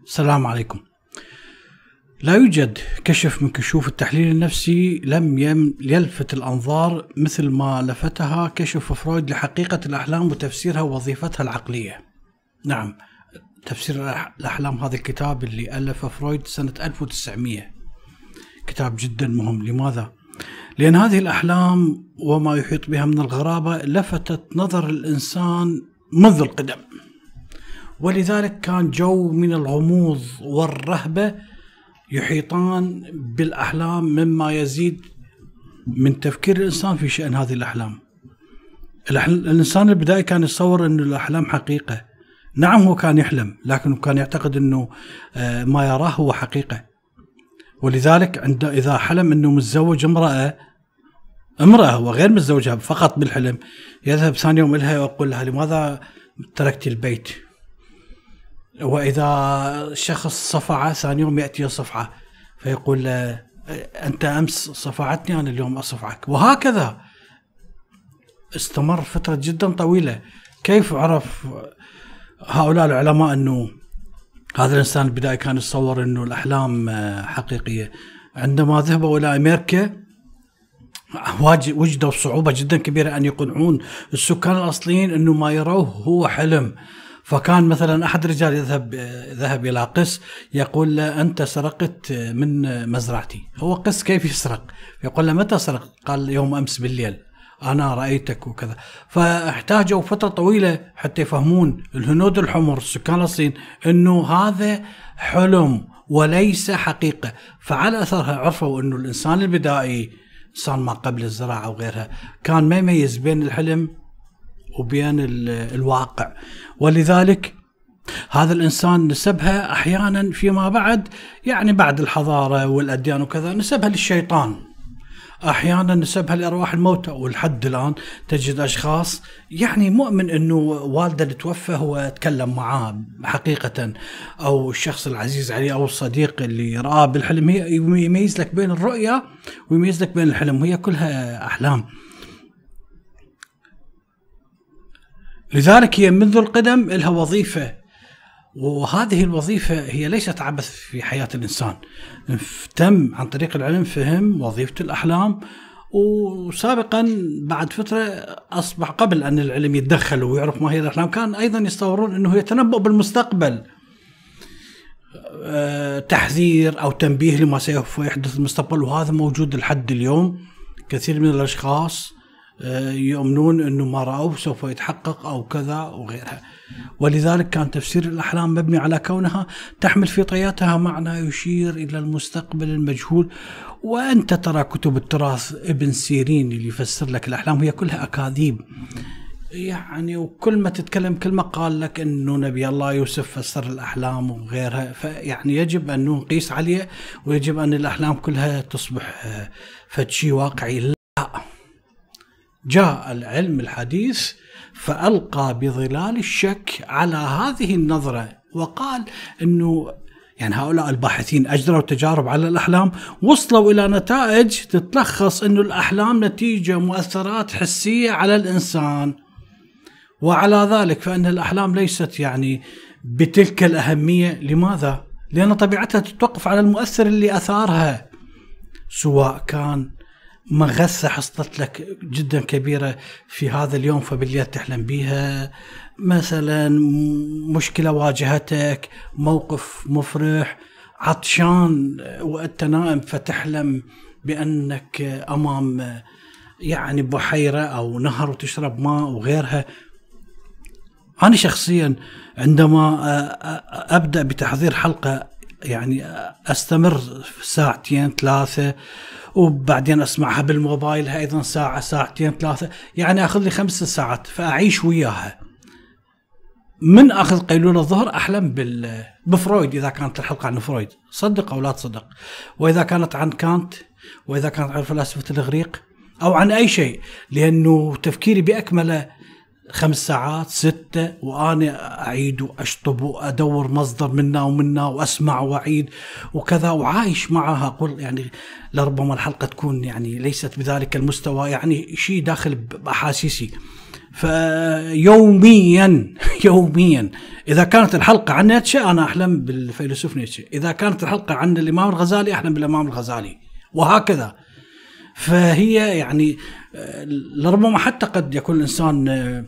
السلام عليكم. لا يوجد كشف من كشوف التحليل النفسي لم يلفت الأنظار مثل ما لفتها كشف فرويد لحقيقة الأحلام وتفسيرها ووظيفتها العقلية. نعم، تفسير الأحلام هذا الكتاب اللي ألفه فرويد سنة 1900، كتاب جدا مهم. لماذا؟ لأن هذه الأحلام وما يحيط بها من الغرابة لفتت نظر الإنسان منذ القدم، ولذلك كان جو من الغموض والرهبة يحيطان بالأحلام، مما يزيد من تفكير الإنسان في شأن هذه الأحلام. الإنسان البدائي كان يتصور أن الأحلام حقيقة. نعم، هو كان يحلم، لكنه كان يعتقد أنه ما يراه هو حقيقة. ولذلك إذا حلم أنه متزوج امرأة وغير متزوجها فقط بالحلم، يذهب ثاني يوم إلها ويقول لها: لماذا تركت البيت؟ وإذا شخص صفعه ثاني يوم يأتي يصفعه فيقول: أنت أمس صفعتني، أنا اليوم أصفعك. وهكذا استمر فترة جدا طويلة. كيف عرف هؤلاء العلماء أنه هذا الإنسان البدائي كان يتصور أنه الأحلام حقيقية؟ عندما ذهبوا إلى أمريكا وجدوا صعوبة جدا كبيرة أن يقنعون السكان الأصليين أنه ما يروه هو حلم. فكان مثلا أحد الرجال ذهب إلى قس يقول له: أنت سرقت من مزرعتي. هو قس كيف يسرق؟ يقول له: متى سرق؟ قال: يوم أمس بالليل أنا رأيتك وكذا. فاحتاجوا فترة طويلة حتى يفهمون الهنود الحمر السكان الصين أنه هذا حلم وليس حقيقة. فعلى أثرها عرفوا أنه الإنسان البدائي، إنسان ما قبل الزراعة وغيرها، كان ما يميز بين الحلم وبين الواقع. ولذلك هذا الإنسان نسبها أحيانا فيما بعد، يعني بعد الحضارة والأديان وكذا، نسبها للشيطان، أحيانا نسبها لأرواح الموتى. والحد الآن تجد أشخاص يعني مؤمن أنه والده اللي توفى هو تكلم معاه حقيقة، أو الشخص العزيز عليه أو الصديق اللي رآه بالحلم. هي يميز لك بين الرؤية ويميز لك بين الحلم، وهي كلها أحلام. لذلك هي منذ القدم لها وظيفة، وهذه الوظيفة هي ليست عبث في حياة الإنسان. تم عن طريق العلم فهم وظيفة الأحلام، وسابقا بعد فترة أصبح قبل أن العلم يتدخل ويعرف ما هي الأحلام كان أيضا يتصورون أنه يتنبأ بالمستقبل، تحذير أو تنبيه لما سوف يحدث المستقبل. وهذا موجود لحد اليوم. كثير من الأشخاص يؤمنون أنه ما رأوه سوف يتحقق أو كذا وغيرها. ولذلك كان تفسير الأحلام مبني على كونها تحمل في طياتها معنى يشير إلى المستقبل المجهول. وأنت ترى كتب التراث، ابن سيرين اللي يفسر لك الأحلام هي كلها أكاذيب يعني، وكل ما تتكلم كلمة قال لك أنه نبي الله يوسف فسر الأحلام وغيرها. فيعني يجب أن نقيس عليه، ويجب أن الأحلام كلها تصبح فشي واقعي. لا، جاء العلم الحديث فألقى بظلال الشك على هذه النظرة، وقال أنه يعني هؤلاء الباحثين أجروا تجارب على الأحلام، وصلوا إلى نتائج تتلخص أنه الأحلام نتيجة مؤثرات حسية على الإنسان. وعلى ذلك فإن الأحلام ليست يعني بتلك الأهمية. لماذا؟ لأن طبيعتها تتوقف على المؤثر اللي أثارها، سواء كان مغثة حصلت لك جدا كبيرة في هذا اليوم فبالليل تحلم بها، مثلا مشكلة واجهتك، موقف مفرح، عطشان وأنت نائم فتحلم بأنك أمام يعني بحيرة أو نهر وتشرب ماء وغيرها. أنا شخصيا عندما أبدأ بتحضير حلقة يعني أستمر ساعتين ثلاثة، وبعدين أسمعها بالموبايل أيضا ساعة ساعتين ثلاثة، يعني أخذ لي 5 ساعات فأعيش وياها. من أخذ قيلولة الظهر أحلم بفرويد، إذا كانت الحلقة عن فرويد صدق أو لا تصدق، وإذا كانت عن كانت، وإذا كانت عن فلاسفة الإغريق أو عن أي شيء، لأنه تفكيري بأكمله 5 ساعات 6، وأنا أعيد وأشطب وأدور مصدر منا ومنا وأسمع وأعيد وكذا وعايش معها. أقول يعني لربما الحلقة تكون يعني ليست بذلك المستوى، يعني شيء داخل بأحاسيسي. فيوميا يوميا. إذا كانت الحلقة عن نيتشه أنا أحلم بالفيلسوف نيتشه، إذا كانت الحلقة عن الإمام الغزالي أحلم بالإمام الغزالي، وهكذا. فهي يعني لربما حتى قد يكون الإنسان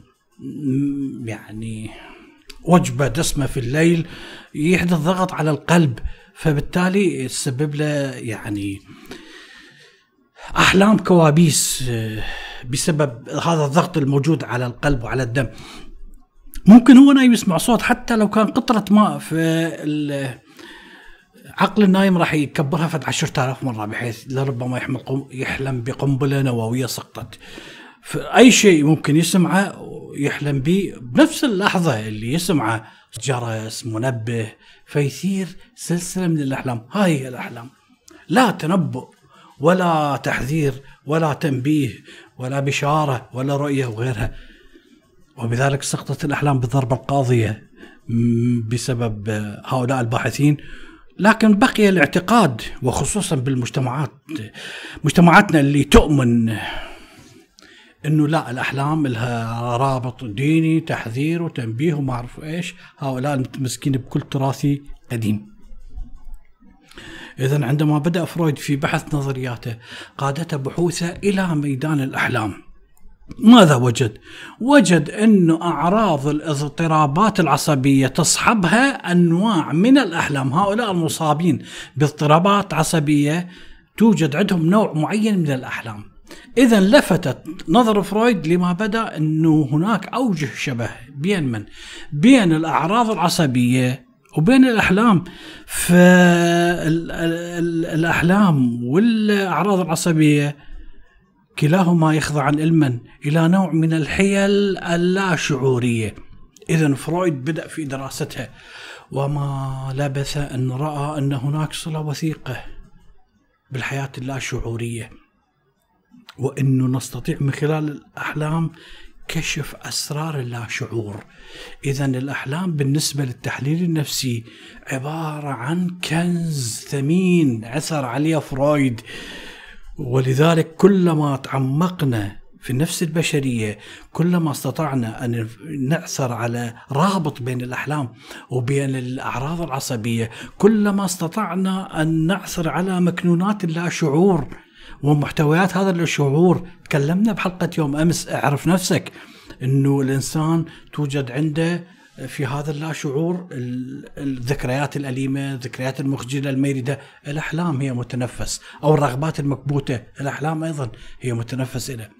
يعني وجبة دسمة في الليل يحدث ضغط على القلب، فبالتالي يسبب له يعني أحلام كوابيس بسبب هذا الضغط الموجود على القلب وعلى الدم. ممكن هو نايم يسمع صوت حتى لو كان قطرة ماء، في عقل النايم راح يكبرها فد 10,000 مرة، بحيث لربما يحلم بقنبلة نووية سقطت. فأي شيء ممكن يسمعه ويحلم به بنفس اللحظة اللي يسمعه، جرس، منبه، فيثير سلسلة من الأحلام. هاي هي الأحلام، لا تنبؤ ولا تحذير ولا تنبيه ولا بشارة ولا رؤية وغيرها. وبذلك سقطت الأحلام بالضربة القاضية بسبب هؤلاء الباحثين. لكن بقي الاعتقاد، وخصوصا مجتمعاتنا اللي تؤمن انه لا، الاحلام لها رابط ديني، تحذير وتنبيه وما اعرف ايش، هؤلاء المتمسكين بكل تراثي قديم. اذن عندما بدأ فرويد في بحث نظرياته قادته بحوثه الى ميدان الاحلام، ماذا وجد؟ وجد أن أعراض الاضطرابات العصبية تصحبها أنواع من الأحلام. هؤلاء المصابين باضطرابات عصبية توجد عندهم نوع معين من الأحلام. إذن لفتت نظر فرويد لما بدا أنه هناك أوجه شبه بين الأعراض العصبية وبين الأحلام. فالأحلام والأعراض العصبية كلاهما يخضعان علما إلى نوع من الحيل اللاشعورية. إذن فرويد بدأ في دراستها، وما لبث أن رأى أن هناك صلة وثيقة بالحياة اللاشعورية، وأنه نستطيع من خلال الأحلام كشف أسرار اللاشعور. إذن الأحلام بالنسبة للتحليل النفسي عبارة عن كنز ثمين عثر عليه فرويد. ولذلك كلما تعمقنا في النفس البشرية كلما استطعنا أن نعثر على رابط بين الأحلام وبين الأعراض العصبية، كلما استطعنا أن نعثر على مكنونات اللاشعور ومحتويات هذا اللاشعور. تكلمنا بحلقة يوم أمس اعرف نفسك، أنه الإنسان توجد عنده في هذا اللاشعور الذكريات الأليمة، الذكريات المخجلة الميردة. الأحلام هي متنفس، أو الرغبات المكبوتة، الأحلام أيضا هي متنفس إليه.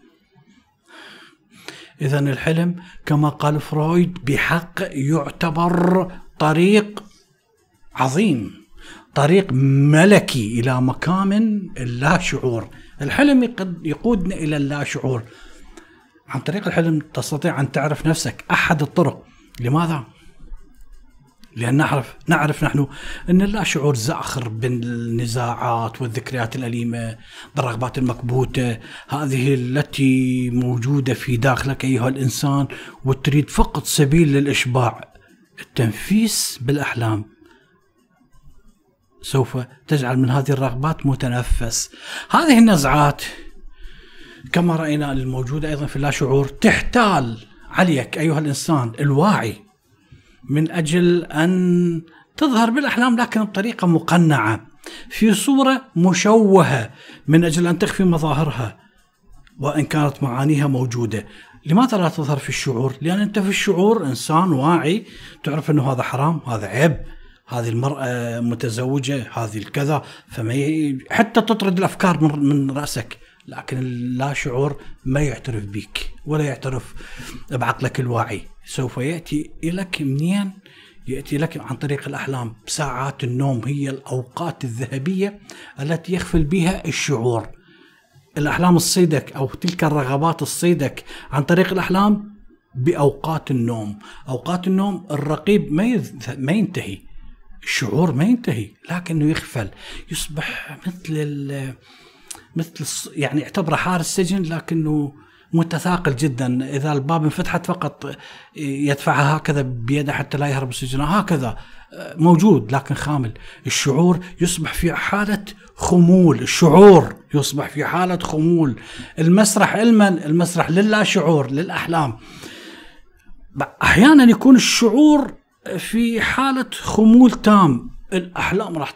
إذن الحلم كما قال فرويد بحق يعتبر طريق عظيم، طريق ملكي إلى مكامن اللاشعور. الحلم يقودنا إلى اللاشعور. عن طريق الحلم تستطيع أن تعرف نفسك. أحد الطرق. لماذا؟ لأن نعرف نحن أن اللاشعور زاخر بين النزاعات والذكريات الأليمة، بالرغبات المكبوتة، هذه التي موجودة في داخلك أيها الإنسان وتريد فقط سبيل للإشباع. التنفيس بالأحلام سوف تجعل من هذه الرغبات متنفس. هذه النزعات كما رأينا الموجودة أيضا في اللاشعور تحتال عليك أيها الإنسان الواعي من أجل أن تظهر بالأحلام، لكن بطريقة مقنعة في صورة مشوهة من أجل أن تخفي مظاهرها وإن كانت معانيها موجودة. لماذا لا تظهر في الشعور؟ لأن أنت في الشعور إنسان واعي، تعرف أنه هذا حرام، هذا عيب، هذه المرأة متزوجة، هذه الكذا، حتى تطرد الأفكار من رأسك. لكن اللاشعور ما يعترف بك ولا يعترف بعقلك الواعي. سوف يأتي إليك منين؟ يأتي لك عن طريق الأحلام. ساعات النوم هي الأوقات الذهبية التي يغفل بها الشعور. الأحلام تصيدك، أو تلك الرغبات تصيدك عن طريق الأحلام بأوقات النوم. أوقات النوم الرقيب ما ينتهي، الشعور ما ينتهي، لكنه يغفل، يصبح مثل يعني اعتبره حارس سجن لكنه متثاقل جدا. إذا الباب انفتحت فقط يدفعها هكذا بيده حتى لا يهرب السجن، هكذا موجود لكن خامل. الشعور يصبح في حالة خمول، الشعور يصبح في حالة خمول. المسرح علما، المسرح للا شعور، للأحلام. أحيانا يكون الشعور في حالة خمول تام، الأحلام راح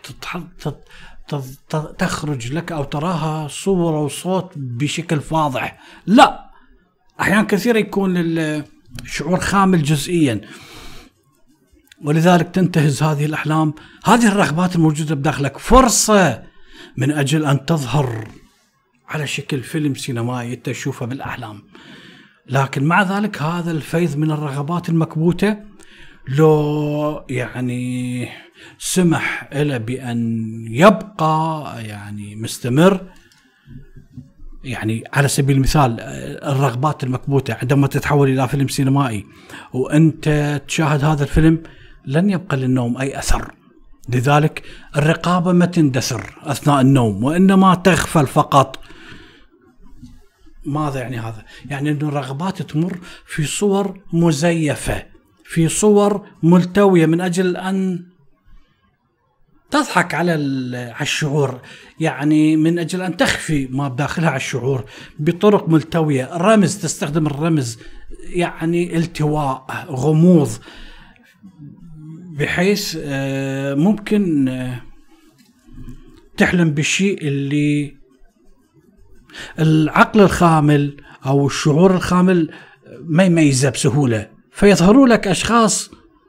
تخرج لك أو تراها صورة وصوت بشكل فاضح. لا، أحيانا كثيرة يكون الشعور خامل جزئيا، ولذلك تنتهز هذه الأحلام، هذه الرغبات الموجودة بداخلك فرصة من أجل أن تظهر على شكل فيلم سينمائي تشوفه بالأحلام. لكن مع ذلك هذا الفيض من الرغبات المكبوتة لو يعني سمح له بأن يبقى يعني مستمر، يعني على سبيل المثال الرغبات المكبوتة عندما تتحول إلى فيلم سينمائي وأنت تشاهد هذا الفيلم لن يبقى للنوم أي أثر. لذلك الرقابة ما تندثر أثناء النوم وإنما تغفل فقط. ماذا يعني هذا؟ يعني أن الرغبات تمر في صور مزيفة، في صور ملتوية من أجل أن تضحك على الشعور، يعني من أجل أن تخفي ما بداخلها على الشعور بطرق ملتوية. الرمز، تستخدم الرمز، يعني التواء، غموض، بحيث ممكن تحلم بالشيء اللي العقل الخامل أو الشعور الخامل ما يميزه بسهولة، فيظهروا لك أشخاص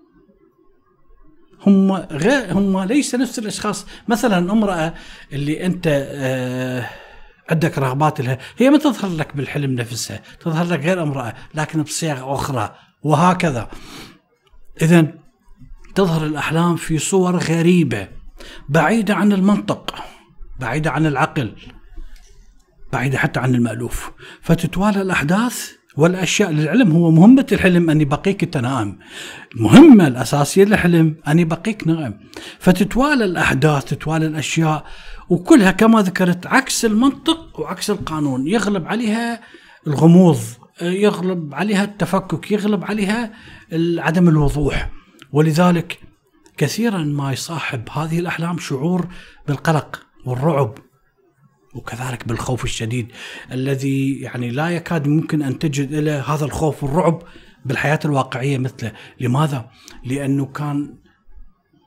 هم ليس نفس الأشخاص. مثلا امرأة اللي أنت عندك رغبات لها، هي ما تظهر لك بالحلم نفسها، تظهر لك غير امرأة لكن بصيغة أخرى، وهكذا. إذن تظهر الأحلام في صور غريبة بعيدة عن المنطق، بعيدة عن العقل، بعيدة حتى عن المألوف، فتتوالى الأحداث والأشياء. للعلم هو مهمة الحلم أن يبقيك أنت نائم، المهمة الأساسية للحلم أن يبقيك نائم، فتتوالى الأحداث، تتوالى الأشياء، وكلها كما ذكرت عكس المنطق وعكس القانون. يغلب عليها الغموض، يغلب عليها التفكك، يغلب عليها عدم الوضوح. ولذلك كثيرا ما يصاحب هذه الأحلام شعور بالقلق والرعب، وكذلك بالخوف الشديد الذي يعني لا يكاد ممكن أن تجد إلى هذا الخوف والرعب بالحياة الواقعية مثله. لماذا؟ لأنه كان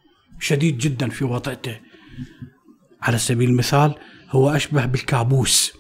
شديد جدا في وطئته. على سبيل المثال هو أشبه بالكابوس،